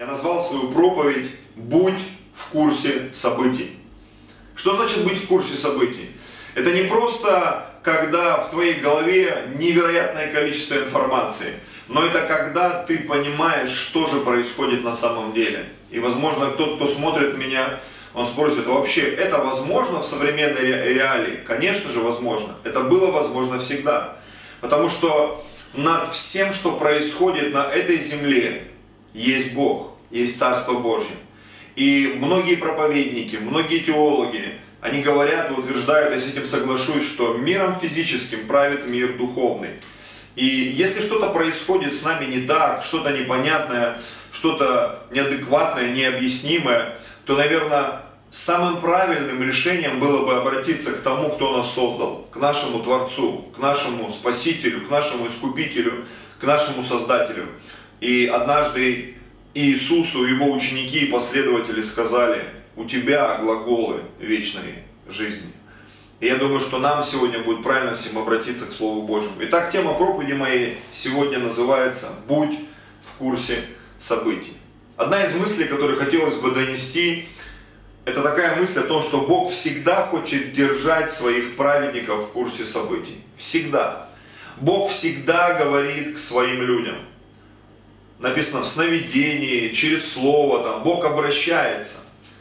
Я назвал свою проповедь «Будь в курсе событий». Что значит быть в курсе событий? Это не просто, когда в твоей голове невероятное количество информации, но это когда ты понимаешь, что же происходит на самом деле. И, возможно, тот, кто смотрит меня, он спросит, вообще это возможно в современной реалии? Конечно же возможно. Это было возможно всегда. Потому что над всем, что происходит на этой земле, есть Бог, есть Царство Божье. И многие проповедники, многие теологи, они говорят и утверждают, я с этим соглашусь, что миром физическим правит мир духовный. И если что-то происходит с нами не так, что-то непонятное, что-то неадекватное, необъяснимое, то, наверное, самым правильным решением было бы обратиться к тому, кто нас создал, к нашему Творцу, к нашему Спасителю, к нашему Искупителю, к нашему Создателю. И однажды Иисусу его ученики и последователи сказали: «У тебя глаголы вечной жизни». И я думаю, что нам сегодня будет правильно всем обратиться к Слову Божьему. Итак, тема проповеди моей сегодня называется «Будь в курсе событий». Одна из мыслей, которую хотелось бы донести, это такая мысль о том, что Бог всегда хочет держать своих праведников в курсе событий. Всегда. Бог всегда говорит к своим людям. Написано в сновидении, через слово, там, Бог обращается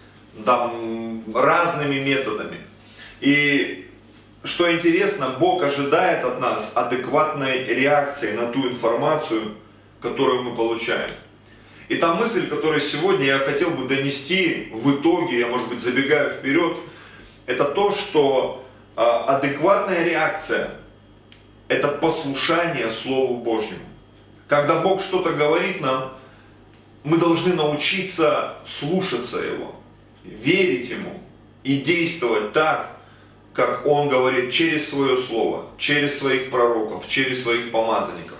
там, разными методами. И что интересно, Бог ожидает от нас адекватной реакции на ту информацию, которую мы получаем. И та мысль, которую сегодня я хотел бы донести в итоге, я, может быть, забегаю вперед, это то, что адекватная реакция – это послушание Слову Божьему. Когда Бог что-то говорит нам, мы должны научиться слушаться Его, верить Ему и действовать так, как Он говорит через Свое Слово, через Своих пророков, через Своих помазанников.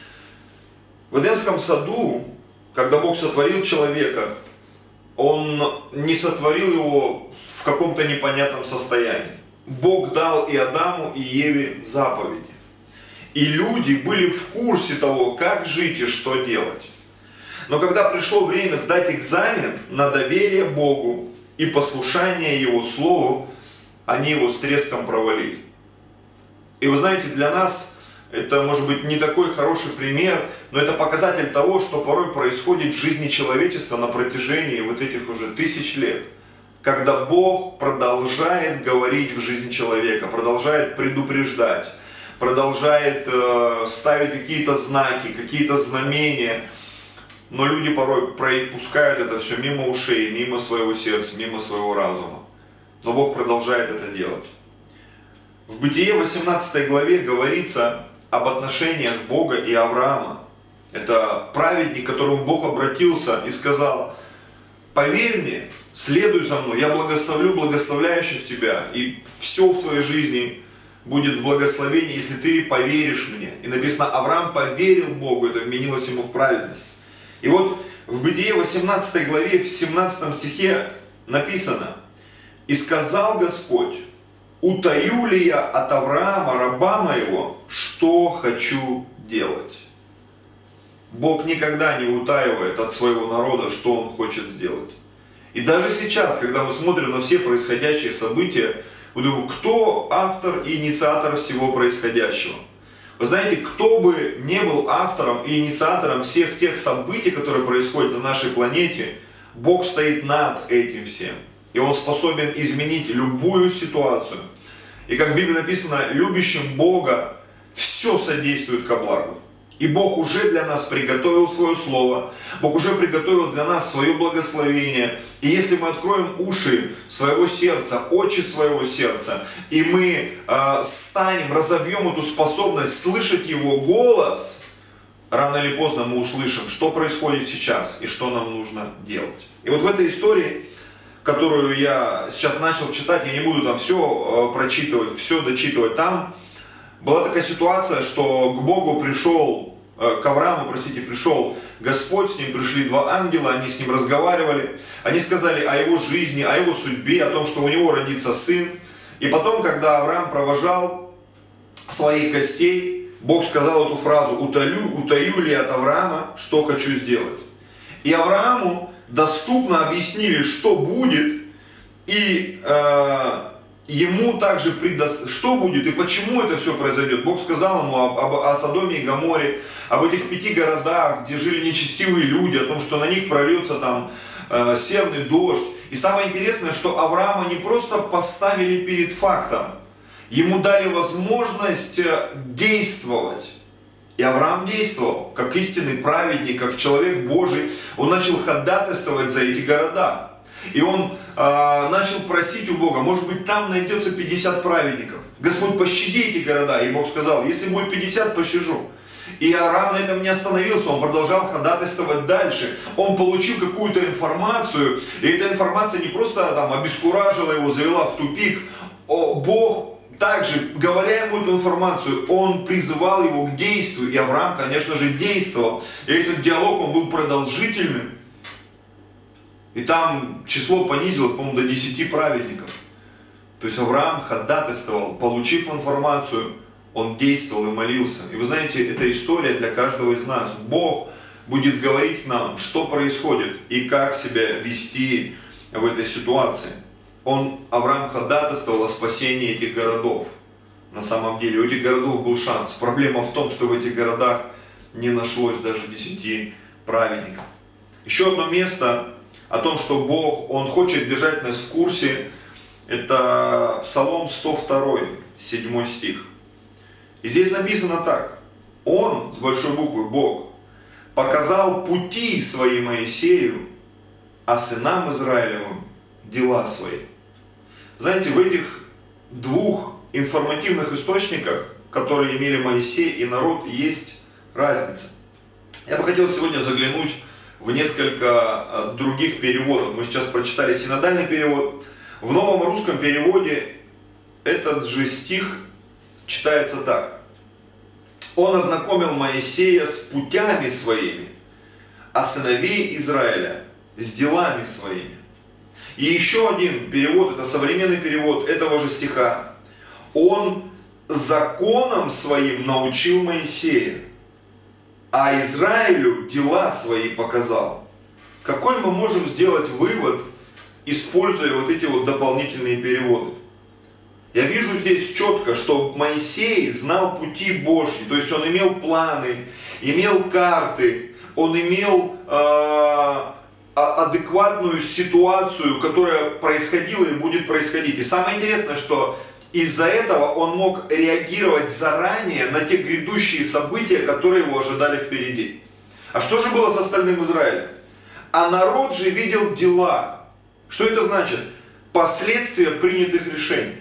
В Эдемском саду, когда Бог сотворил человека, Он не сотворил его в каком-то непонятном состоянии. Бог дал и Адаму, и Еве заповеди. И люди были в курсе того, как жить и что делать. Но когда пришло время сдать экзамен на доверие Богу и послушание Его Слову, они его с треском провалили. И вы знаете, для нас это может быть не такой хороший пример, но это показатель того, что порой происходит в жизни человечества на протяжении вот этих уже 1000 лет. Когда Бог продолжает говорить в жизнь человека, продолжает предупреждать, продолжает ставить какие-то знаки, какие-то знамения, но люди порой пропускают это все мимо ушей, мимо своего сердца, мимо своего разума. Но Бог продолжает это делать. В Бытие 18 главе говорится об отношениях Бога и Авраама. Это праведник, к которому Бог обратился и сказал: «Поверь мне, следуй за мной, я благословлю благословляющих тебя, и все в твоей жизни будет в благословении, если ты поверишь мне». И написано, Авраам поверил Богу, это вменилось ему в праведность. И вот в Бытие 18 главе, в 17 стихе написано: «И сказал Господь: утаю ли я от Авраама, раба моего, что хочу делать?» Бог никогда не утаивает от своего народа, что Он хочет сделать. И даже сейчас, когда мы смотрим на все происходящие события, мы думаем, кто автор и инициатор всего происходящего? Вы знаете, кто бы не был автором и инициатором всех тех событий, которые происходят на нашей планете, Бог стоит над этим всем. И Он способен изменить любую ситуацию. И как в Библии написано, любящим Бога все содействует ко благу. И Бог уже для нас приготовил свое слово, Бог уже приготовил для нас свое благословение. И если мы откроем уши своего сердца, очи своего сердца, и мы станем, разовьем эту способность слышать Его голос, рано или поздно мы услышим, что происходит сейчас и что нам нужно делать. И вот в этой истории, которую я сейчас начал читать, я не буду там все прочитывать, все дочитывать, там была такая ситуация, что к Богу пришел, к Аврааму, пришел Господь, с ним пришли 2 ангела, они с ним разговаривали, они сказали о его жизни, о его судьбе, о том, что у него родится сын. И потом, когда Авраам провожал своих гостей, Бог сказал эту фразу: утаю ли от Авраама, что хочу сделать. И Аврааму доступно объяснили, что будет, и ему также что будет и почему это все произойдет. Бог сказал ему о Содоме и Гоморе, об этих 5 городах, где жили нечестивые люди, о том, что на них прольется там серный дождь. И самое интересное, что Авраама не просто поставили перед фактом, ему дали возможность действовать. И Авраам действовал, как истинный праведник, как человек Божий. Он начал ходатайствовать за эти города. И он начал просить у Бога, может быть, там найдется 50 праведников. Господь, пощади эти города. И Бог сказал, если будет 50, пощажу. И Авраам на этом не остановился, он продолжал ходатайствовать дальше. Он получил какую-то информацию, и эта информация не просто там обескуражила его, завела в тупик. Бог также, говоря ему эту информацию, он призывал его к действию. И Авраам, конечно же, действовал. И этот диалог, он был продолжительным. И там число понизилось, по-моему, до 10 праведников. То есть Авраам ходатайствовал, получив информацию, он действовал и молился. И вы знаете, это история для каждого из нас. Бог будет говорить нам, что происходит и как себя вести в этой ситуации. Авраам ходатайствовал о спасении этих городов. На самом деле, у этих городов был шанс. Проблема в том, что в этих городах не нашлось даже 10 праведников. Еще одно место о том, что Бог, Он хочет держать нас в курсе, это Псалом 102, 7 стих. И здесь написано так. Он, с большой буквы, Бог, показал пути свои Моисею, а сынам Израилевым дела свои. Знаете, в этих 2 информативных источниках, которые имели Моисей и народ, есть разница. Я бы хотел сегодня заглянуть в несколько других переводов. Мы сейчас прочитали синодальный перевод. В новом русском переводе этот же стих читается так. Он ознакомил Моисея с путями своими, а сыновей Израиля с делами своими. И еще один перевод, это современный перевод этого же стиха. Он законом своим научил Моисея, а Израилю дела свои показал. Какой мы можем сделать вывод, используя вот эти вот дополнительные переводы? Я вижу здесь четко, что Моисей знал пути Божьи, то есть он имел планы, имел карты, он имел адекватную ситуацию, которая происходила и будет происходить. И самое интересное, что из-за этого он мог реагировать заранее на те грядущие события, которые его ожидали впереди. А что же было с остальным Израилем? А народ же видел дела. Что это значит? Последствия принятых решений.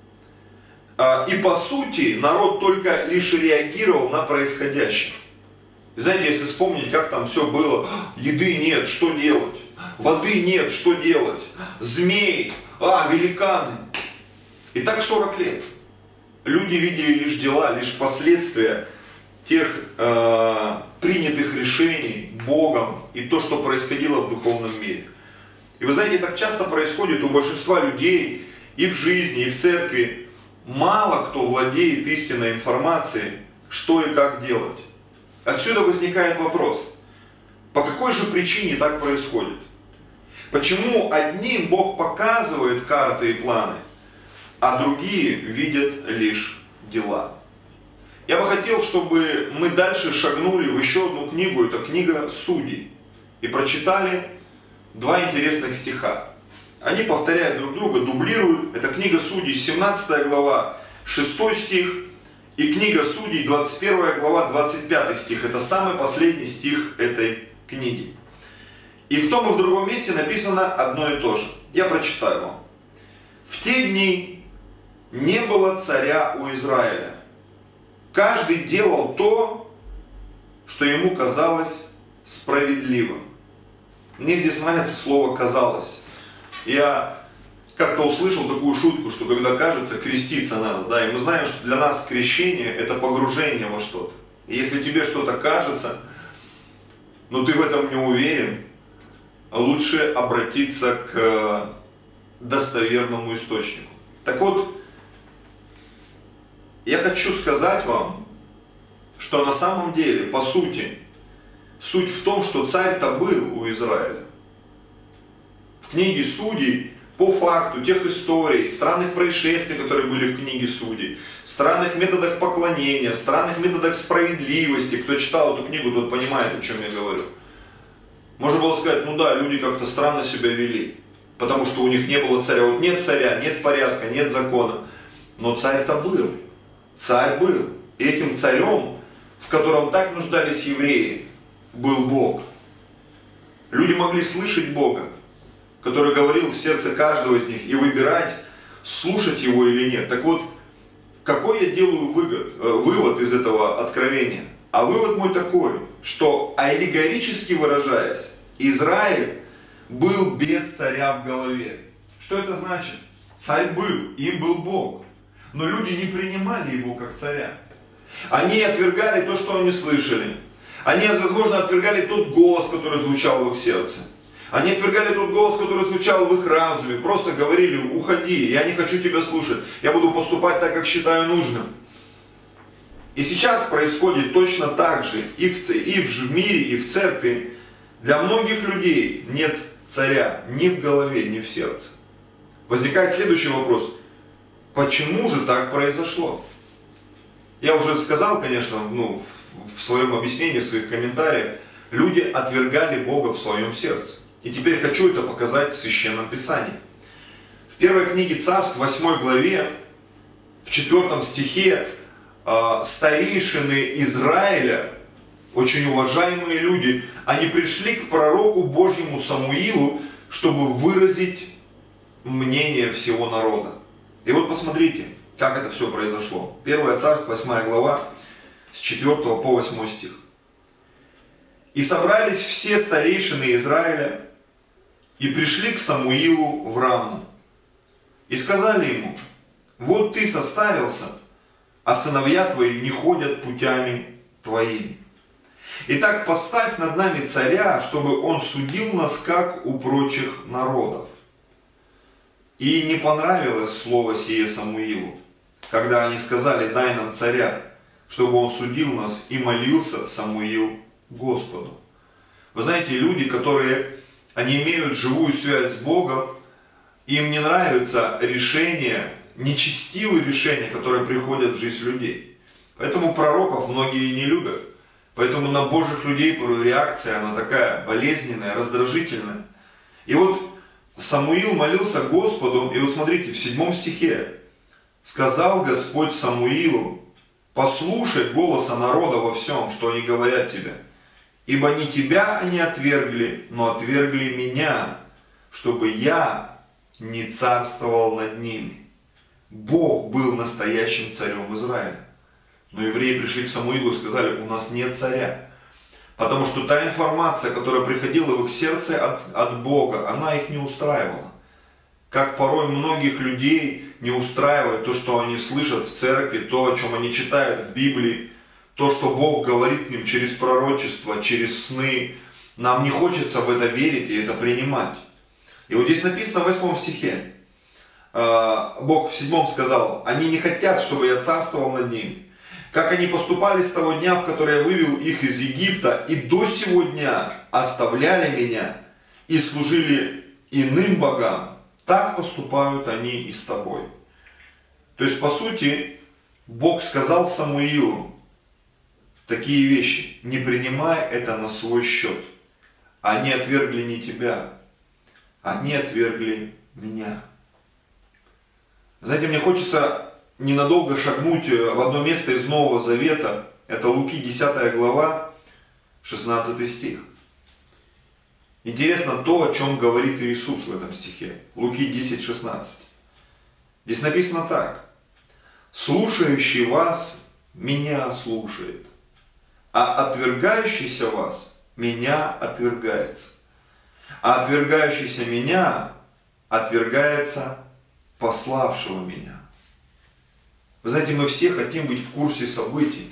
И по сути народ только лишь реагировал на происходящее. Знаете, если вспомнить, как там все было, еды нет, что делать? Воды нет, что делать? Змеи, великаны. И так 40 лет. Люди видели лишь дела, лишь последствия тех принятых решений Богом и то, что происходило в духовном мире. И вы знаете, так часто происходит у большинства людей и в жизни, и в церкви. Мало кто владеет истинной информацией, что и как делать. Отсюда возникает вопрос, по какой же причине так происходит? Почему одним Бог показывает карты и планы, а другие видят лишь дела? Я бы хотел, чтобы мы дальше шагнули в еще одну книгу, это книга Судей, и прочитали 2 интересных стиха. Они повторяют друг друга, дублируют. Это книга Судей, 17 глава, 6 стих. И книга Судей, 21 глава, 25 стих. Это самый последний стих этой книги. И в том и в другом месте написано одно и то же. Я прочитаю вам. В те дни не было царя у Израиля. Каждый делал то, что ему казалось справедливым. Мне здесь нравится слово «казалось». Я как-то услышал такую шутку, что когда кажется, креститься надо, да, и мы знаем, что для нас крещение это погружение во что-то. И если тебе что-то кажется, но ты в этом не уверен, лучше обратиться к достоверному источнику. Так вот, я хочу сказать вам, что на самом деле, по сути, Суть в том, что царь-то был у Израиля. В книге Судей, по факту тех историй, странных происшествий, которые были в книге Судей, странных методах поклонения, странных методах справедливости. Кто читал эту книгу, тот понимает, о чем я говорю. Можно было сказать, ну да, люди как-то странно себя вели, потому что у них не было царя. Вот нет царя, нет порядка, нет закона. Но царь-то был. Царь был. И этим царем, в котором так нуждались евреи, был Бог. Люди могли слышать Бога, который говорил в сердце каждого из них, и выбирать, слушать Его или нет. Так вот, какой я делаю вывод из этого откровения? А вывод мой такой, что аллегорически выражаясь, Израиль был без царя в голове. Что это значит? Царь был, им был Бог. Но люди не принимали его как царя. Они отвергали то, что они слышали. Они, возможно, отвергали тот голос, который звучал в их сердце. Они отвергали тот голос, который звучал в их разуме. Просто говорили: уходи, я не хочу тебя слушать. Я буду поступать так, как считаю нужным. И сейчас происходит точно так же и в мире, и в церкви. Для многих людей нет царя ни в голове, ни в сердце. Возникает следующий вопрос. Почему же так произошло? Я уже сказал, конечно, в своем объяснении, в своих комментариях, люди отвергали Бога в своем сердце. И теперь хочу это показать в Священном Писании. В первой книге Царств, 8 главе, в 4 стихе, старейшины Израиля, очень уважаемые люди, они пришли к пророку Божьему Самуилу, чтобы выразить мнение всего народа. И вот посмотрите, как это все произошло. 1 Царств, 8 глава, с 4 по 8 стих. «И собрались все старейшины Израиля, и пришли к Самуилу в Рамму, и сказали ему: вот ты состарился, а сыновья твои не ходят путями твоими. Итак, поставь над нами царя, чтобы он судил нас, как у прочих народов». И не понравилось слово сие Самуилу, когда они сказали: дай нам царя, чтобы он судил нас, и молился Самуил Господу. Вы знаете, люди, они имеют живую связь с Богом, им не нравятся решения, нечестивые решения, которые приходят в жизнь людей. Поэтому пророков многие не любят. Поэтому на Божьих людей порой реакция, она такая болезненная, раздражительная. И вот Самуил молился Господу, и вот смотрите, в 7 стихе. «Сказал Господь Самуилу: послушай голоса народа во всем, что они говорят тебе. Ибо не тебя они отвергли, но отвергли меня, чтобы я не царствовал над ними». Бог был настоящим царем Израиля. Но евреи пришли к Самуилу и сказали: у нас нет царя. Потому что та информация, которая приходила в их сердце от Бога, она их не устраивала. Как порой многих людей не устраивает то, что они слышат в церкви, то, о чем они читают в Библии, то, что Бог говорит к ним через пророчество, через сны. Нам не хочется в это верить и это принимать. И вот здесь написано в 8 стихе. Бог в 7 сказал: они не хотят, чтобы я царствовал над ними. Как они поступали с того дня, в который я вывел их из Египта, и до сего дня оставляли меня и служили иным богам, так поступают они и с тобой. То есть, по сути, Бог сказал Самуилу такие вещи: не принимай это на свой счет. Они отвергли не тебя, они отвергли меня. Знаете, мне хочется ненадолго шагнуть в одно место из Нового Завета. Это Луки 10 глава, 16 стих. Интересно то, о чем говорит Иисус в этом стихе. Луки 10, 16. Здесь написано так: слушающий вас меня слушает, а отвергающийся вас меня отвергается, а отвергающийся меня отвергается пославшего меня. Вы знаете, мы все хотим быть в курсе событий,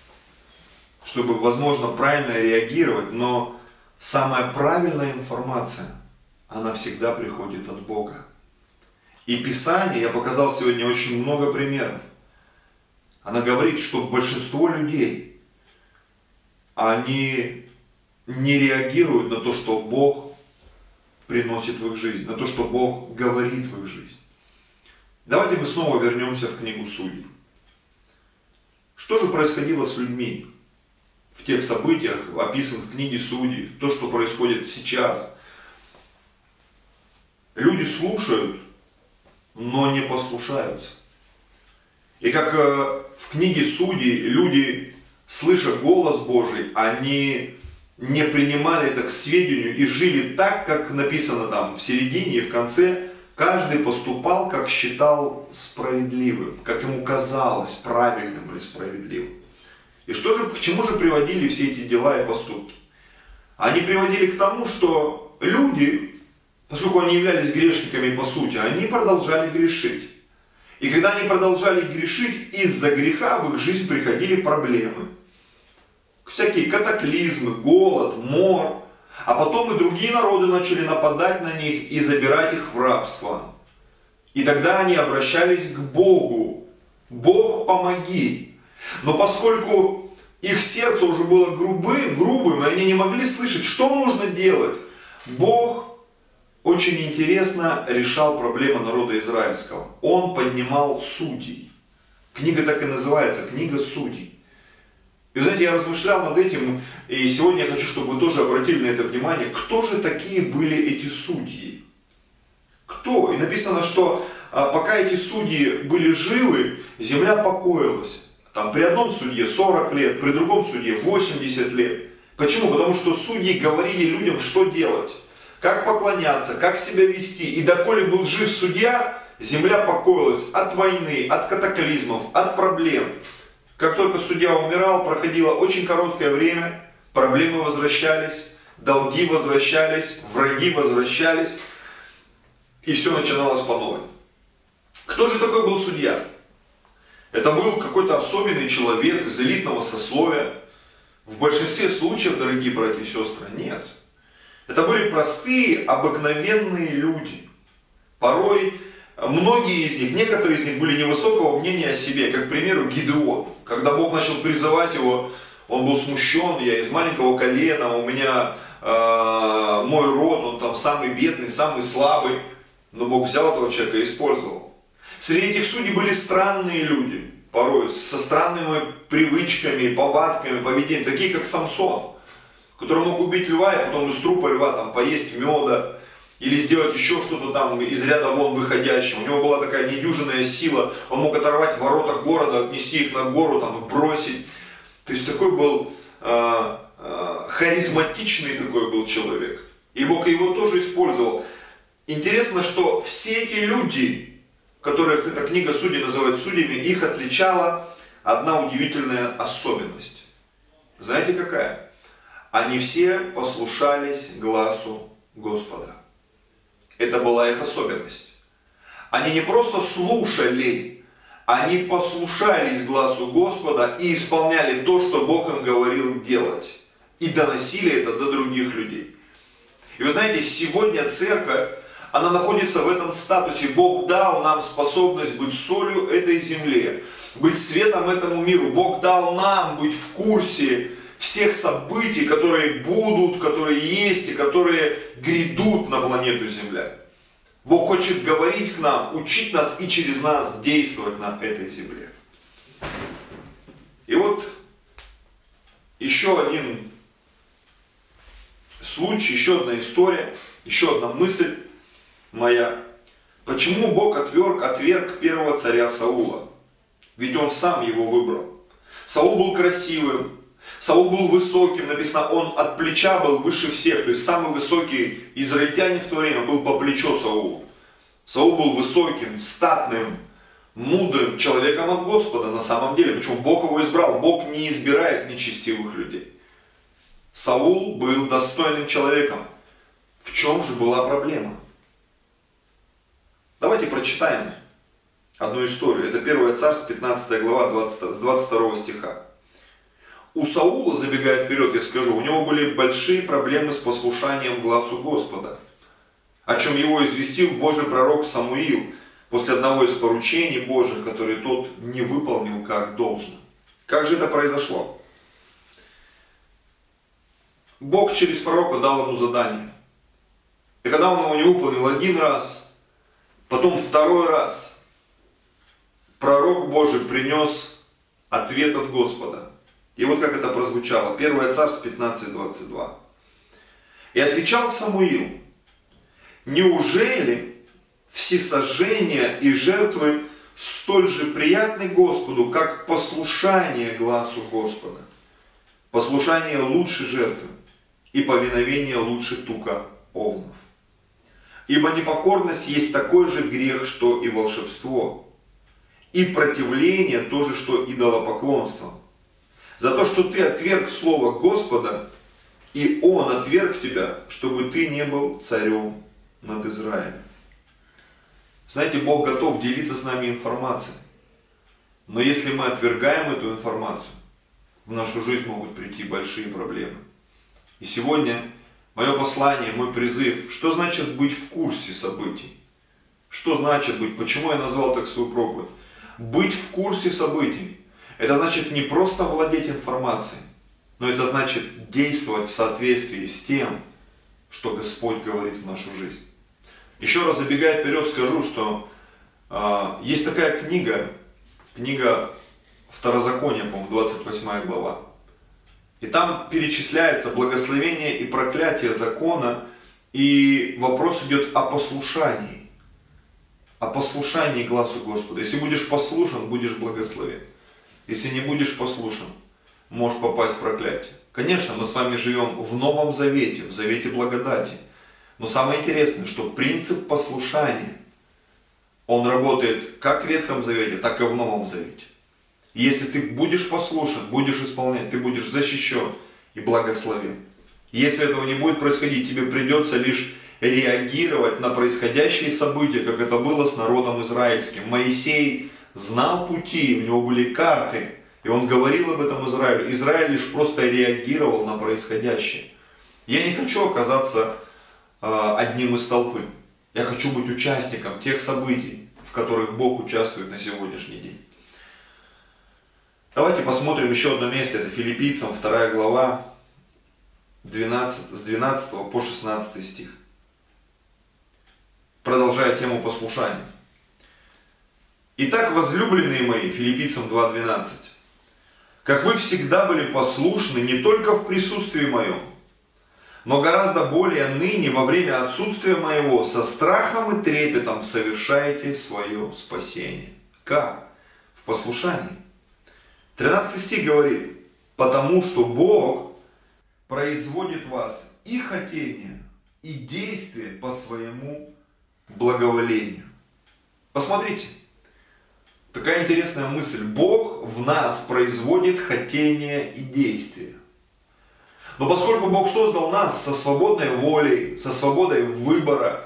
чтобы, возможно, правильно реагировать, но самая правильная информация, она всегда приходит от Бога. И Писание, я показал сегодня очень много примеров, она говорит, что большинство людей, они не реагируют на то, что Бог приносит в их жизнь, на то, что Бог говорит в их жизнь. Давайте мы снова вернемся в книгу Судей. Что же происходило с людьми в тех событиях, описанных в книге Судей, то, что происходит сейчас? Люди слушают, но не послушаются. И как в книге Судей люди, слыша голос Божий, они не принимали это к сведению и жили так, как написано там в середине и в конце. Каждый поступал, как считал справедливым, как ему казалось правильным или справедливым. И к чему же приводили все эти дела и поступки? Они приводили к тому, что люди, поскольку они являлись грешниками по сути, они продолжали грешить. И когда они продолжали грешить, из-за греха в их жизнь приходили проблемы. Всякие катаклизмы, голод, мор. А потом и другие народы начали нападать на них и забирать их в рабство. И тогда они обращались к Богу. Бог, помоги. Но поскольку их сердце уже было грубым, и они не могли слышать, что нужно делать, Бог очень интересно решал проблемы народа израильского. Он поднимал судей. Книга так и называется, книга Судей. И вы знаете, я размышлял над этим, и сегодня я хочу, чтобы вы тоже обратили на это внимание, кто же такие были эти судьи? Кто? И написано, что пока эти судьи были живы, земля покоилась. Там при одном судье 40 лет, при другом судье 80 лет. Почему? Потому что судьи говорили людям, что делать, как поклоняться, как себя вести. И доколе был жив судья, земля покоилась от войны, от катаклизмов, от проблем. Как только судья умирал, проходило очень короткое время, проблемы возвращались, долги возвращались, враги возвращались, и все начиналось по новой. Кто же такой был судья? Это был какой-то особенный человек из элитного сословия. В большинстве случаев, дорогие братья и сестры, нет. Это были простые, обыкновенные люди. Порой многие из них, некоторые из них были невысокого мнения о себе, как, к примеру, Гидеон. Когда Бог начал призывать его, он был смущен, я из маленького колена, у меня мой род, он там самый бедный, самый слабый. Но Бог взял этого человека и использовал. Среди этих судей были странные люди, порой со странными привычками, повадками, поведением, такие как Самсон, который мог убить льва и потом из трупа льва там, поесть меда, или сделать еще что-то там из ряда вон выходящего. У него была такая недюжинная сила, он мог оторвать ворота города, отнести их на гору там, и бросить. То есть такой был харизматичный такой был человек. И Бог его тоже использовал. Интересно, что все эти люди, которых эта книга Судей называет судьями, их отличала одна удивительная особенность. Знаете какая? Они все послушались гласу Господа. Это была их особенность. Они не просто слушали, они послушались гласу Господа и исполняли то, что Бог им говорил делать. И доносили это до других людей. И вы знаете, сегодня церковь, она находится в этом статусе. Бог дал нам способность быть солью этой земли, быть светом этому миру. Бог дал нам быть в курсе всех событий, которые будут, которые есть и которые грядут на планету Земля. Бог хочет говорить к нам, учить нас и через нас действовать на этой земле. И вот еще один случай, еще одна история, еще одна мысль моя. Почему Бог отверг первого царя Саула? Ведь он сам его выбрал. Саул был красивым, Саул был высоким, написано, он от плеча был выше всех, то есть самый высокий израильтянин в то время был по плечо Саулу. Саул был высоким, статным, мудрым человеком от Господа на самом деле. Почему? Бог его избрал, Бог не избирает нечестивых людей. Саул был достойным человеком. В чем же была проблема? Давайте прочитаем одну историю. Это 1 Царств, 15 глава, с 22 стиха. У Саула, забегая вперед, я скажу, у него были большие проблемы с послушанием гласу Господа, о чем его известил Божий пророк Самуил после одного из поручений Божьих, которые тот не выполнил как должно. Как же это произошло? Бог через пророка дал ему задание. И когда он его не выполнил один раз, потом второй раз, пророк Божий принес ответ от Господа. И вот как это прозвучало. 1 Царств 15:22. И отвечал Самуил: неужели всесожжения и жертвы столь же приятны Господу, как послушание гласу Господа? Послушание лучше жертвы, и повиновение лучше тука овнов. Ибо непокорность есть такой же грех, что и волшебство, и противление то же, что идолопоклонство. За то, что ты отверг слово Господа, и Он отверг тебя, чтобы ты не был царем над Израилем. Знаете, Бог готов делиться с нами информацией. Но если мы отвергаем эту информацию, в нашу жизнь могут прийти большие проблемы. И сегодня мое послание, мой призыв, что значит быть в курсе событий? Что значит быть? Почему я назвал так свою проповедь? Быть в курсе событий. Это значит не просто владеть информацией, но это значит действовать в соответствии с тем, что Господь говорит в нашу жизнь. Еще раз забегая вперед, скажу, что есть такая книга Второзакония, по-моему, 28 глава. И там перечисляется благословение и проклятие закона, и вопрос идет о послушании. О послушании гласу Господа. Если будешь послушан, будешь благословен. Если не будешь послушан, можешь попасть в проклятие. Конечно, мы с вами живем в Новом Завете, в Завете благодати. Но самое интересное, что принцип послушания, он работает как в Ветхом Завете, так и в Новом Завете. Если ты будешь послушан, будешь исполнять, ты будешь защищен и благословен. Если этого не будет происходить, тебе придется лишь реагировать на происходящие события, как это было с народом израильским. Моисей знал пути, у него были карты, и он говорил об этом Израилю. Израиль лишь просто реагировал на происходящее. Я не хочу оказаться одним из толпы. Я хочу быть участником тех событий, в которых Бог участвует на сегодняшний день. Давайте посмотрим еще одно место. Это Филиппийцам 2 глава, с 12 по 16 стих. Продолжая тему послушания. Итак, возлюбленные мои, Филиппийцам 2:12, как вы всегда были послушны не только в присутствии моем, но гораздо более ныне во время отсутствия моего со страхом и трепетом совершаете свое спасение. Как? В послушании. 13 стих говорит: потому что Бог производит в вас и хотение, и действие по своему благоволению. Посмотрите, такая интересная мысль. Бог в нас производит хотение и действие. Но поскольку Бог создал нас со свободной волей, со свободой выбора,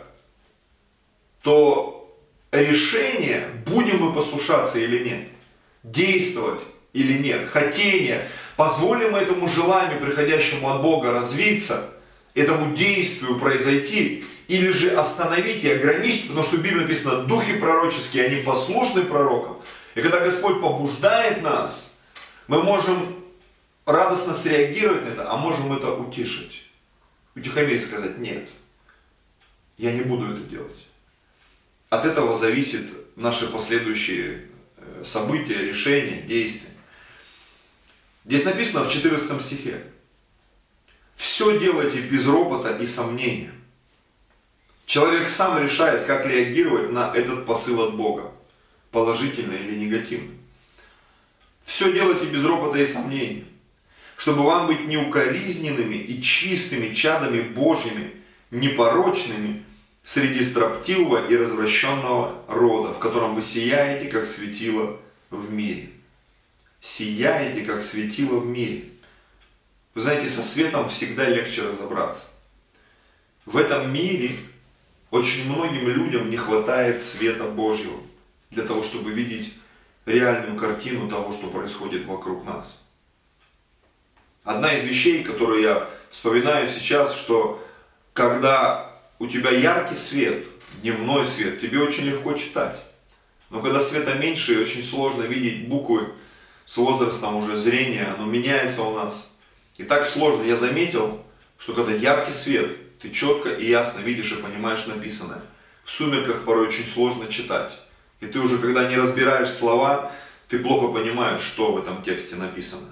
то решение, будем мы послушаться или нет, действовать или нет, хотение, позволим мы этому желанию, приходящему от Бога, развиться, этому действию произойти, или же остановить и ограничить, потому что в Библии написано: духи пророческие, они послушны пророкам. И когда Господь побуждает нас, мы можем радостно среагировать на это, а можем это утишить. Утихомирить, сказать: нет, я не буду это делать. От этого зависит наши последующие события, решения, действия. Здесь написано в 14 стихе: все делайте без ропота и сомнения. Человек сам решает, как реагировать на этот посыл от Бога, положительно или негативно. Все делайте без ропота и сомнения, чтобы вам быть неукоризненными и чистыми чадами Божьими, непорочными среди строптивого и развращенного рода, в котором вы сияете, как светило в мире. Сияете, как светило в мире. Вы знаете, со светом всегда легче разобраться. В этом мире очень многим людям не хватает света Божьего для того, чтобы видеть реальную картину того, что происходит вокруг нас. Одна из вещей, которую я вспоминаю сейчас, что когда у тебя яркий свет, дневной свет, тебе очень легко читать. Но когда света меньше, очень сложно видеть буквы. С возрастом уже зрение, оно меняется у нас. И так сложно. Я заметил, что когда яркий свет, ты четко и ясно видишь и понимаешь написанное. В сумерках порой очень сложно читать. И ты уже, когда не разбираешь слова, ты плохо понимаешь, что в этом тексте написано.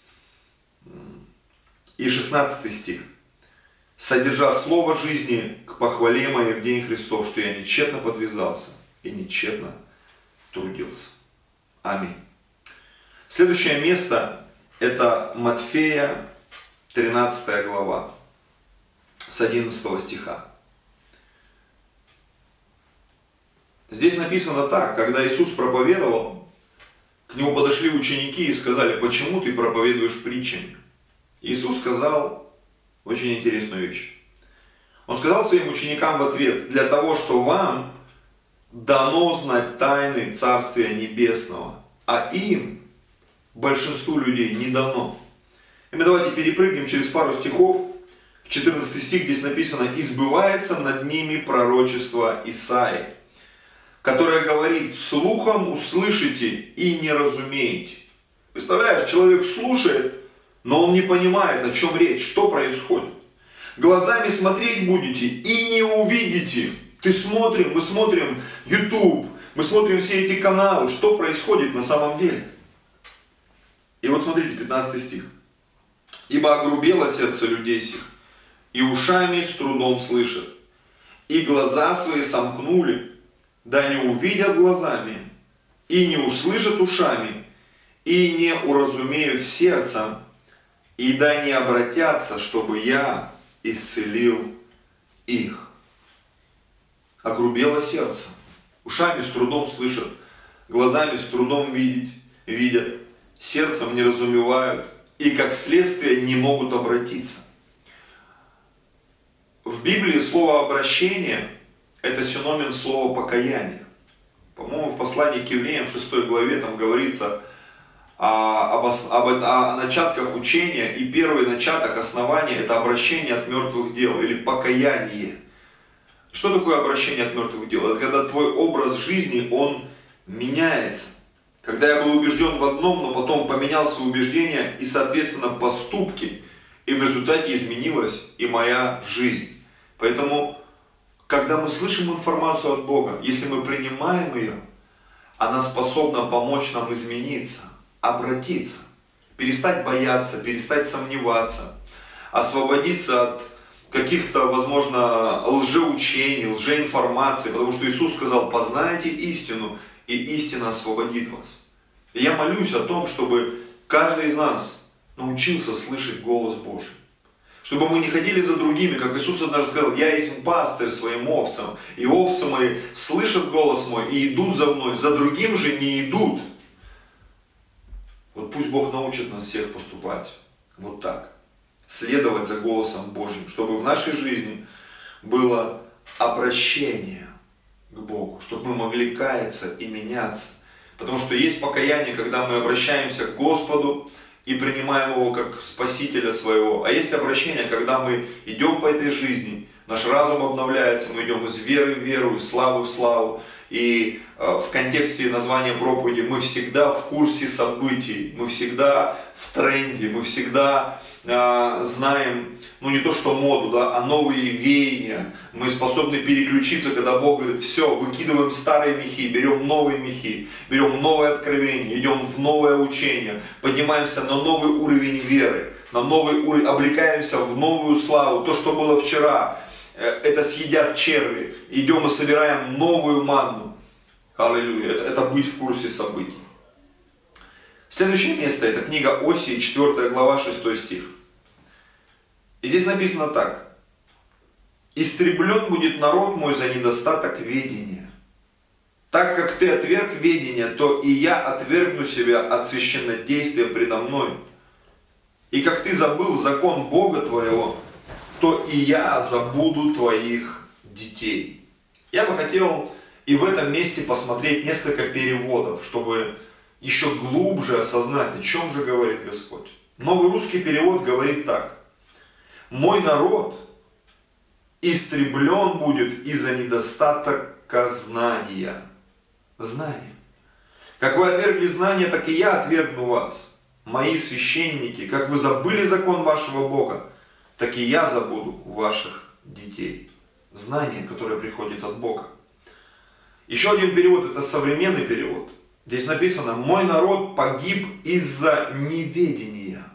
И 16 стих. «Содержа слово жизни к похвале моей в день Христов, что я нечетно подвязался и нечетно трудился». Аминь. Следующее место – это Матфея, 13 глава, с 11 стиха. Здесь написано так: когда Иисус проповедовал, к Нему подошли ученики и сказали: «Почему ты проповедуешь притчами?» Иисус сказал очень интересную вещь. Он сказал своим ученикам в ответ: «Для того, что вам дано знать тайны Царствия Небесного, а им, большинству людей, не дано». И мы давайте перепрыгнем через пару стихов. В 14 стих здесь написано: «И сбывается над ними пророчество Исаии, которое говорит: слухом услышите и не разумеете». Представляешь, человек слушает, но он не понимает, о чем речь, что происходит. Глазами смотреть будете и не увидите. Мы смотрим YouTube, мы смотрим все эти каналы, что происходит на самом деле. И вот смотрите, 15 стих. «Ибо огрубело сердце людей сих, и ушами с трудом слышат, и глаза свои сомкнули, да не увидят глазами, и не услышат ушами, и не уразумеют сердцем, и да не обратятся, чтобы я исцелил их». Огрубело сердце, ушами с трудом слышат, глазами с трудом видят, сердцем не разумевают, и как следствие не могут обратиться. В Библии слово «обращение» – это синоним слова «покаяние». По-моему, в послании к евреям в 6 главе там говорится о начатках учения, и первый начаток, основания – это обращение от мертвых дел или покаяние. Что такое обращение от мертвых дел? Это когда твой образ жизни, он меняется. Когда я был убежден в одном, но потом поменял свои убеждения и, соответственно, поступки, и в результате изменилась и моя жизнь. Поэтому, когда мы слышим информацию от Бога, если мы принимаем ее, она способна помочь нам измениться, обратиться, перестать бояться, перестать сомневаться, освободиться от каких-то, возможно, лжеучений, лжеинформации, потому что Иисус сказал: «Познайте истину, и истина освободит вас». И я молюсь о том, чтобы каждый из нас научился слышать голос Божий. Чтобы мы не ходили за другими, как Иисус однажды сказал: «Я есть пастырь своим овцам, и овцы мои слышат голос мой и идут за мной, за другим же не идут». Вот пусть Бог научит нас всех поступать вот так, следовать за голосом Божьим, чтобы в нашей жизни было обращение к Богу, чтобы мы могли каяться и меняться. Потому что есть покаяние, когда мы обращаемся к Господу и принимаем Его как Спасителя своего. А есть обращение, когда мы идем по этой жизни, наш разум обновляется, мы идем из веры в веру, из славы в славу. И в контексте названия проповеди мы всегда в курсе событий, мы всегда в тренде, мы всегда знаем, ну не то что моду, да, а новые веяния. Мы способны переключиться, когда Бог говорит: все, выкидываем старые мехи, берем новые мехи, берем новое откровение, идем в новое учение, поднимаемся на новый уровень веры, на новый уровень, облекаемся в новую славу. То, что было вчера, это съедят черви. Идем и собираем новую манну. Аллилуйя. Это быть в курсе событий. Следующее место — это книга Осии, 4 глава, 6 стих. И здесь написано так: «Истреблен будет народ мой за недостаток ведения. Так как ты отверг ведение, то и я отвергну себя от священнодействия предо мной. И как ты забыл закон Бога твоего, то и я забуду твоих детей». Я бы хотел и в этом месте посмотреть несколько переводов, чтобы еще глубже осознать, о чем же говорит Господь. Новый русский перевод говорит так: «Мой народ истреблен будет из-за недостатка знания». Знания. Как вы отвергли знания, так и я отвергну вас, мои священники. Как вы забыли закон вашего Бога, так и я забуду ваших детей. Знание, которое приходит от Бога. Еще один перевод, это современный перевод. Здесь написано: мой народ погиб из-за неведения.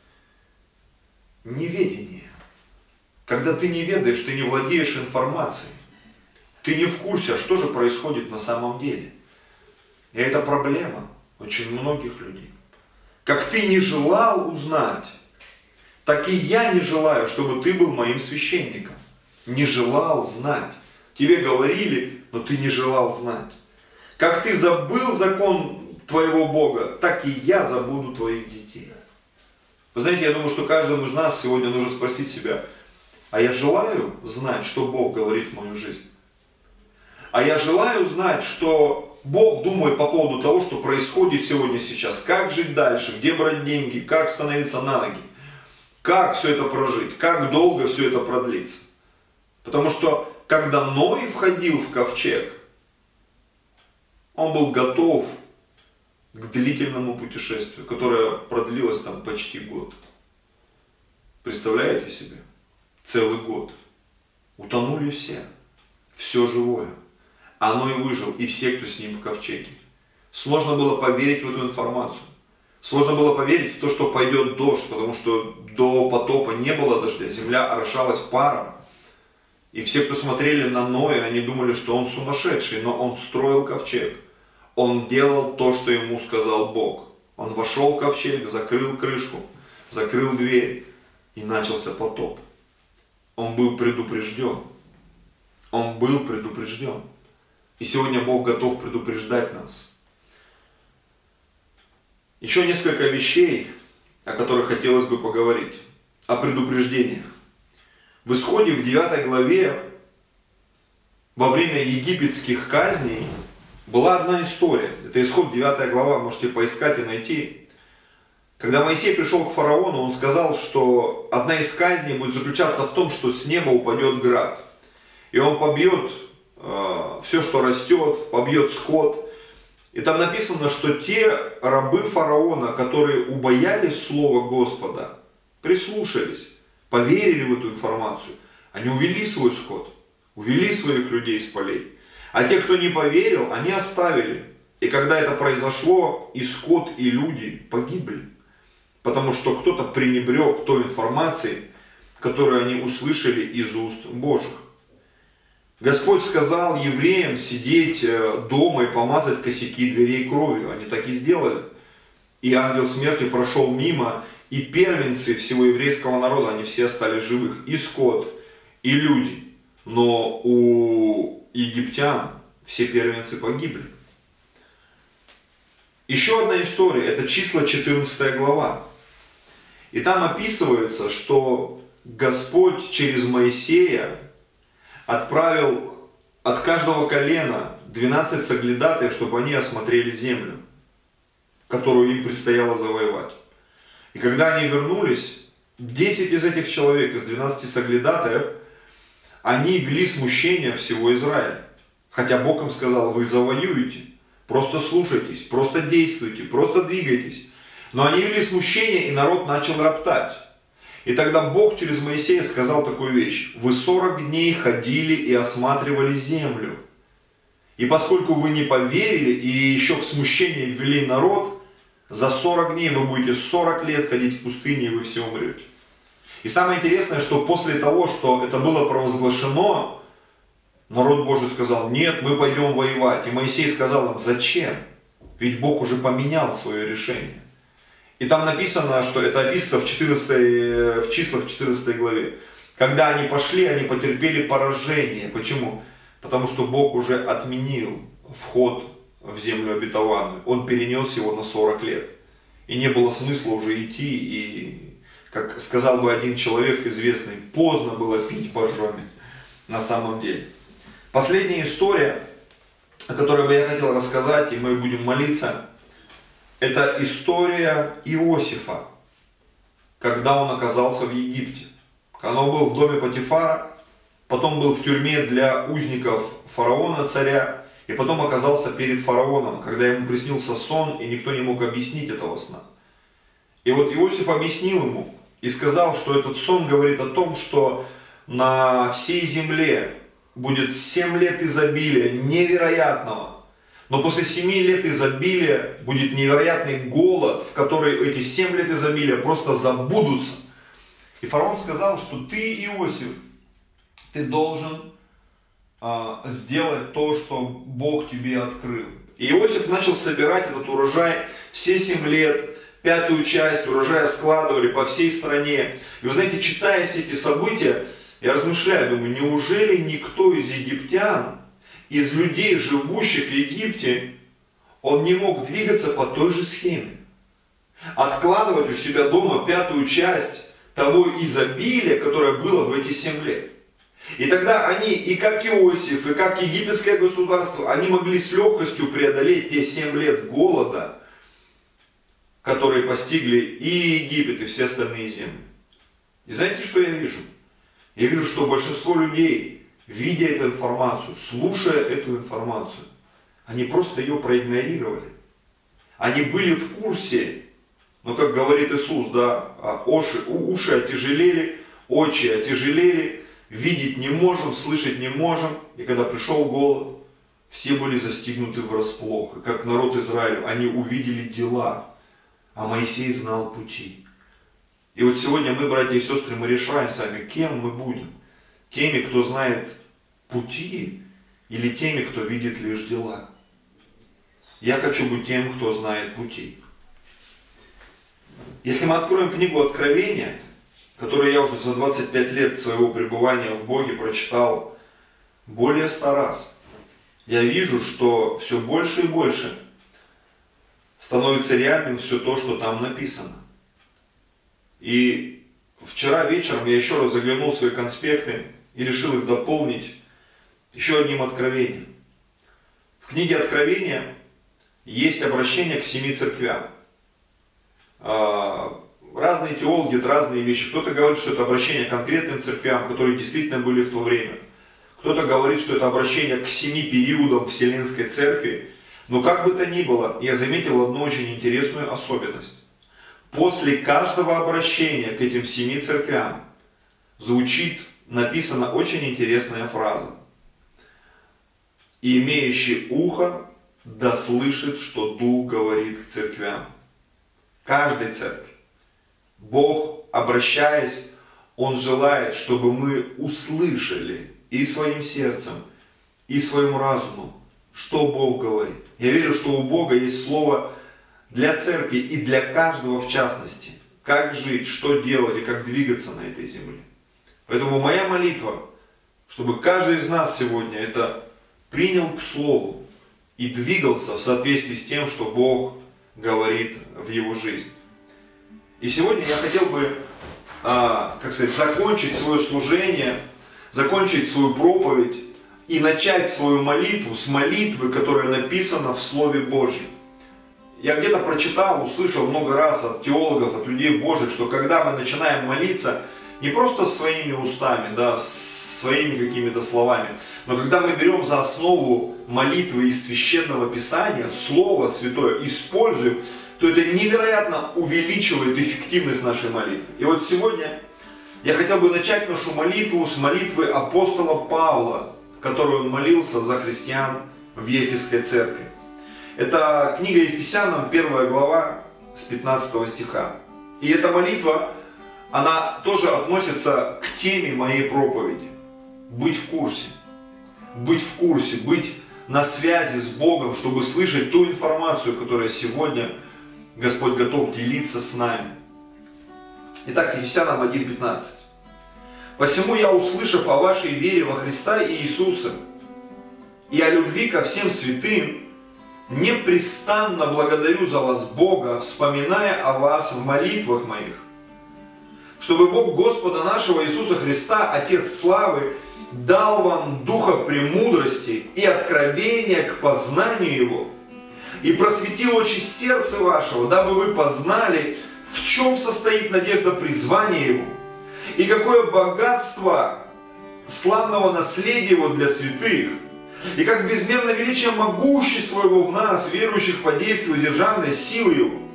Неведение. Когда ты не ведаешь, ты не владеешь информацией. Ты не в курсе, а что же происходит на самом деле. И это проблема очень многих людей. Как ты не желал узнать, так и я не желаю, чтобы ты был моим священником. Не желал знать. Тебе говорили, но ты не желал знать. Как ты забыл закон твоего Бога, так и я забуду твоих детей. Вы знаете, я думаю, что каждому из нас сегодня нужно спросить себя: а я желаю знать, что Бог говорит в мою жизнь? А я желаю знать, что Бог думает по поводу того, что происходит сегодня, сейчас. Как жить дальше, где брать деньги, как становиться на ноги, как все это прожить, как долго все это продлится. Потому что когда Ной входил в ковчег, он был готов к длительному путешествию, которое продлилось там почти год. Представляете себе? Целый год. Утонули все. Все живое. А Ной выжил, и все, кто с ним в ковчеге. Сложно было поверить в эту информацию. Сложно было поверить в то, что пойдет дождь, потому что до потопа не было дождя. Земля орошалась паром. И все, кто смотрели на Ноя, они думали, что он сумасшедший, но он строил ковчег. Он делал то, что ему сказал Бог. Он вошел в ковчег, закрыл крышку, закрыл дверь, и начался потоп. Он был предупрежден. Он был предупрежден. И сегодня Бог готов предупреждать нас. Еще несколько вещей, о которых хотелось бы поговорить. О предупреждениях. В Исходе, в 9 главе, во время египетских казней, была одна история. Это Исход 9 глава, можете поискать и найти. Когда Моисей пришел к фараону, он сказал, что одна из казней будет заключаться в том, что с неба упадет град. И он побьет все, что растет, побьет скот. И там написано, что те рабы фараона, которые убоялись слова Господа, прислушались, поверили в эту информацию, они увели свой скот, увели своих людей с полей. А те, кто не поверил, они оставили. И когда это произошло, и скот, и люди погибли. Потому что кто-то пренебрег той информацией, которую они услышали из уст Божьих. Господь сказал евреям сидеть дома и помазать косяки дверей кровью. Они так и сделали. И ангел смерти прошел мимо, и первенцы всего еврейского народа, они все остались живых. И скот, и люди. Но у египтян все первенцы погибли. Еще одна история, это Числа 14 глава. И там описывается, что Господь через Моисея отправил от каждого колена 12 соглядатаев, чтобы они осмотрели землю, которую им предстояло завоевать. И когда они вернулись, 10 из этих человек, из 12 соглядатаев, они ввели смущение всего Израиля. Хотя Бог им сказал: вы завоюете, просто слушайтесь, просто действуйте, просто двигайтесь. Но они ввели смущение, и народ начал роптать. И тогда Бог через Моисея сказал такую вещь: вы 40 дней ходили и осматривали землю. И поскольку вы не поверили и еще в смущении ввели народ, за 40 дней вы будете 40 лет ходить в пустыне, и вы все умрете. И самое интересное, что после того, что это было провозглашено, народ Божий сказал: нет, мы пойдем воевать. И Моисей сказал им: зачем? Ведь Бог уже поменял свое решение. И там написано, что это описано в Числах 14 главе. Когда они пошли, они потерпели поражение. Почему? Потому что Бог уже отменил вход в землю обетованную. Он перенес его на 40 лет. И не было смысла уже идти. И, как сказал бы один человек известный, поздно было пить боржоми на самом деле. Последняя история, о которой бы я хотел рассказать, и мы будем молиться, это история Иосифа, когда он оказался в Египте. Когда он был в доме Потифара, потом был в тюрьме для узников фараона, царя, и потом оказался перед фараоном, когда ему приснился сон, и никто не мог объяснить этого сна. И вот Иосиф объяснил ему, и сказал, что этот сон говорит о том, что на всей земле будет 7 лет изобилия невероятного. Но после 7 лет изобилия будет невероятный голод, в который эти 7 лет изобилия просто забудутся. И фараон сказал, что ты, Иосиф, ты должен сделать то, что Бог тебе открыл. И Иосиф начал собирать этот урожай все 7 лет. 5-ю часть урожая складывали по всей стране. И вы знаете, читая все эти события, я размышляю, думаю, неужели никто из египтян, из людей, живущих в Египте, он не мог двигаться по той же схеме? Откладывать у себя дома 5-ю часть того изобилия, которое было в эти 7 лет. И тогда они, и как Иосиф, и как египетское государство, они могли с легкостью преодолеть те 7 лет голода, которые постигли и Египет, и все остальные земли. И знаете, что я вижу? Я вижу, что большинство людей, видя эту информацию, слушая эту информацию, они просто ее проигнорировали. Они были в курсе, но как говорит Иисус, да, уши отяжелели, очи отяжелели, видеть не можем, слышать не можем. И когда пришел голод, все были застигнуты врасплох. И как народ Израиля, они увидели дела, а Моисей знал пути. И вот сегодня мы, братья и сестры, мы решаем сами, кем мы будем. Теми, кто знает пути, или теми, кто видит лишь дела. Я хочу быть тем, кто знает пути. Если мы откроем книгу Откровения, которую я уже за 25 лет своего пребывания в Боге прочитал более 100 раз, я вижу, что все больше и больше становится реальным все то, что там написано. И вчера вечером я еще раз заглянул в свои конспекты и решил их дополнить еще одним откровением. В книге Откровения есть обращение к 7 церквям. Разные теологи говорят разные вещи. Кто-то говорит, что это обращение к конкретным церквям, которые действительно были в то время. Кто-то говорит, что это обращение к 7 периодам Вселенской Церкви. Но как бы то ни было, я заметил одну очень интересную особенность. После каждого обращения к этим 7 церквям написана очень интересная фраза. «И имеющий ухо да слышит, что Дух говорит к церквям». Каждой церкви. Бог, обращаясь, Он желает, чтобы мы услышали и своим сердцем, и своим разумом, что Бог говорит. Я верю, что у Бога есть слово для церкви и для каждого в частности. Как жить, что делать и как двигаться на этой земле. Поэтому моя молитва, чтобы каждый из нас сегодня это принял к слову и двигался в соответствии с тем, что Бог говорит в его жизни. И сегодня я хотел бы, закончить свое служение, закончить свою проповедь и начать свою молитву с молитвы, которая написана в Слове Божьем. Я где-то прочитал, услышал много раз от теологов, от людей Божьих, что когда мы начинаем молиться, не просто своими устами, да, своими какими-то словами, но когда мы берем за основу молитвы из Священного Писания, Слово Святое используем, то это невероятно увеличивает эффективность нашей молитвы. И вот сегодня я хотел бы начать нашу молитву с молитвы апостола Павла, которую он молился за христиан в Ефесской церкви. Это книга Ефесянам, 1 глава, с 15 стиха. И эта молитва, она тоже относится к теме моей проповеди. Быть в курсе. Быть в курсе, быть на связи с Богом, чтобы слышать ту информацию, которая сегодня Господь готов делиться с нами. Итак, Ефесянам 1:15. «Посему я, услышав о вашей вере во Христа и Иисуса и о любви ко всем святым, непрестанно благодарю за вас Бога, вспоминая о вас в молитвах моих, чтобы Бог Господа нашего Иисуса Христа, Отец славы, дал вам духа премудрости и откровения к познанию Его, и просветил очи сердца вашего, дабы вы познали, в чем состоит надежда призвания Его, и какое богатство славного наследия Его для святых, и как безмерно величие могущества Его в нас, верующих по действию державной силы Его,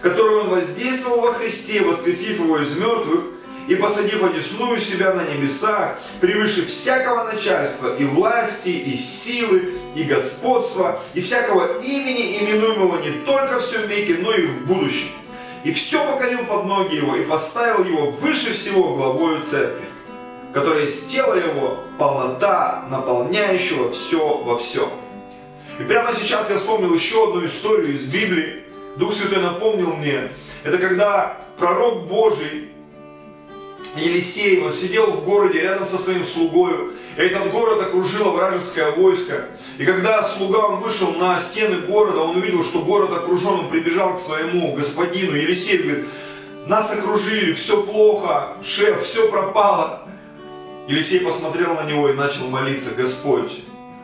которую Он воздействовал во Христе, воскресив Его из мертвых и посадив одесную себя на небесах, превыше всякого начальства и власти, и силы, и господства, и всякого имени, именуемого не только в сем веке, но и в будущем. И все покорил под ноги Его, и поставил Его выше всего главою церкви, которая есть тело Его, полнота, наполняющего все во всем. И прямо сейчас я вспомнил еще одну историю из Библии. Дух Святой напомнил мне, это когда пророк Божий Елисей, он сидел в городе рядом со своим слугою, и этот город окружило вражеское войско. И когда слуга, он вышел на стены города, он увидел, что город окружен, он прибежал к своему господину. Елисей говорит: нас окружили, все плохо, шеф, все пропало. Елисей посмотрел на него и начал молиться: Господь,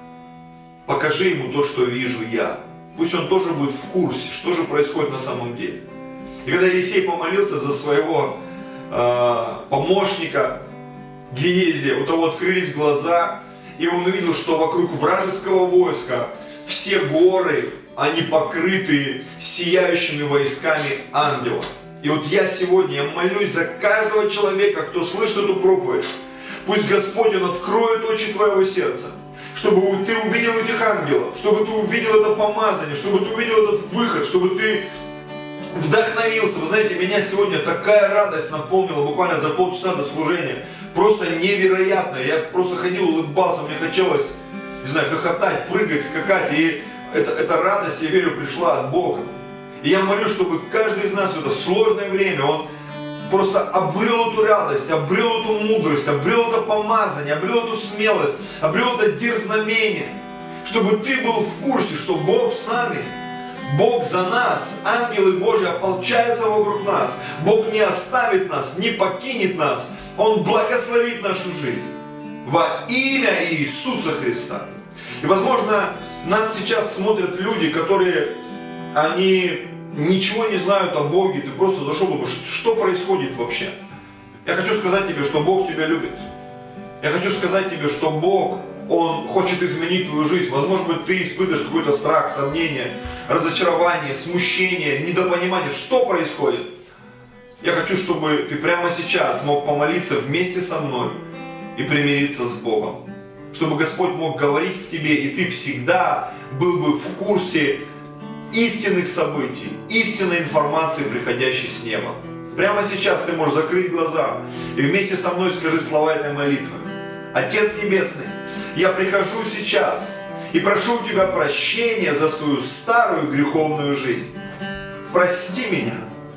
покажи ему то, что вижу я. Пусть он тоже будет в курсе, что же происходит на самом деле. И когда Елисей помолился за своего помощника Гиезия, у того открылись глаза, и он увидел, что вокруг вражеского войска все горы, они покрыты сияющими войсками ангелов. И вот я сегодня молюсь за каждого человека, кто слышит эту проповедь. Пусть Господь, Он откроет очи твоего сердца, чтобы ты увидел этих ангелов, чтобы ты увидел это помазание, чтобы ты увидел этот выход, чтобы ты вдохновился. Вы знаете, меня сегодня такая радость наполнила буквально за полчаса до служения. Просто невероятно. Я просто ходил, улыбался, мне хотелось, не знаю, хохотать, прыгать, скакать. И эта радость, я верю, пришла от Бога. И я молюсь, чтобы каждый из нас в это сложное время, он просто обрел эту радость, обрел эту мудрость, обрел это помазание, обрел эту смелость, обрел это дерзновение. Чтобы ты был в курсе, что Бог с нами. Бог за нас, ангелы Божьи ополчаются вокруг нас. Бог не оставит нас, не покинет нас. Он благословит нашу жизнь во имя Иисуса Христа. И, возможно, нас сейчас смотрят люди, которые, они ничего не знают о Боге. Ты просто зашел и думаешь, что происходит вообще? Я хочу сказать тебе, что Бог тебя любит. Я хочу сказать тебе, что Бог, Он хочет изменить твою жизнь. Возможно, ты испытываешь какой-то страх, сомнение, разочарование, смущение, недопонимание. Что происходит? Я хочу, чтобы ты прямо сейчас мог помолиться вместе со мной и примириться с Богом. Чтобы Господь мог говорить к тебе, и ты всегда был бы в курсе истинных событий, истинной информации, приходящей с неба. Прямо сейчас ты можешь закрыть глаза и вместе со мной скажи слова этой молитвы. Отец Небесный, я прихожу сейчас и прошу у Тебя прощения за свою старую греховную жизнь. Прости меня,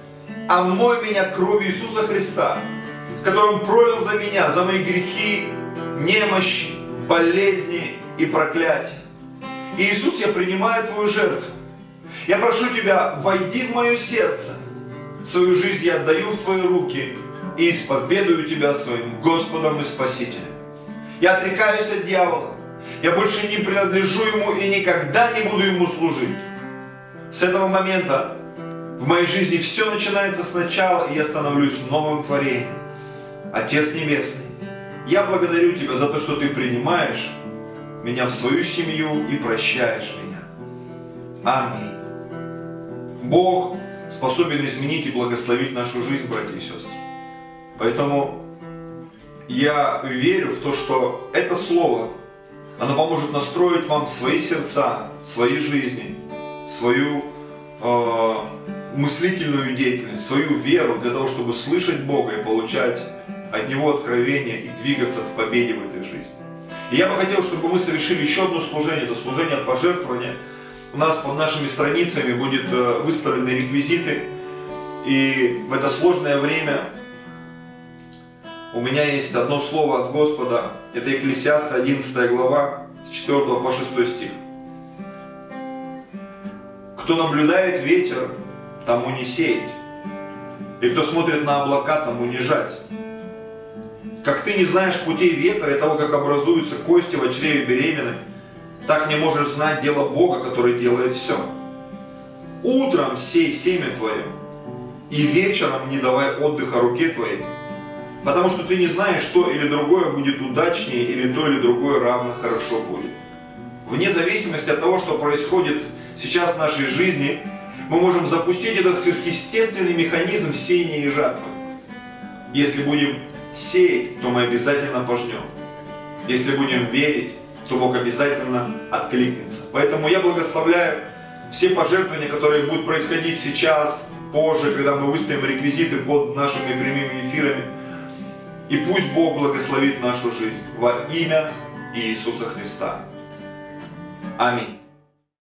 омой меня кровью Иисуса Христа, который Он пролил за меня, за мои грехи, немощи, болезни и проклятия. Иисус, я принимаю Твою жертву. Я прошу Тебя, войди в мое сердце. Свою жизнь я отдаю в Твои руки и исповедую Тебя своим Господом и Спасителем. Я отрекаюсь от дьявола. Я больше не принадлежу ему и никогда не буду ему служить. С этого момента в моей жизни все начинается сначала, и я становлюсь новым творением. Отец Небесный, я благодарю Тебя за то, что Ты принимаешь меня в свою семью и прощаешь меня. Аминь. Бог способен изменить и благословить нашу жизнь, братья и сестры. Поэтому я верю в то, что это слово, оно поможет настроить вам свои сердца, свои жизни, свою мыслительную деятельность, свою веру для того, чтобы слышать Бога и получать от Него откровения и двигаться в победе в этой жизни. И я бы хотел, чтобы мы совершили еще одно служение, это служение пожертвования. У нас под нашими страницами будут выставлены реквизиты, и в это сложное время у меня есть одно слово от Господа, это Екклесиаста 11 глава, с 4 по 6 стих. Кто наблюдает ветер, тому не сеять, и кто смотрит на облака, тому не жать. Как ты не знаешь путей ветра и того, как образуются кости в чреве беременной, так не можешь знать дело Бога, который делает все. Утром сей семя твое, и вечером не давай отдыха руке твоей, потому что ты не знаешь, что или другое будет удачнее, или то или другое равно хорошо будет. Вне зависимости от того, что происходит сейчас в нашей жизни, Мы можем запустить этот сверхъестественный механизм сеяния и жатвы. Если будем сеять, то мы обязательно пожнем. Если будем верить, то Бог обязательно откликнется. Поэтому я благословляю все пожертвования, которые будут происходить сейчас, позже, когда мы выставим реквизиты под нашими прямыми эфирами. И пусть Бог благословит нашу жизнь во имя Иисуса Христа. Аминь.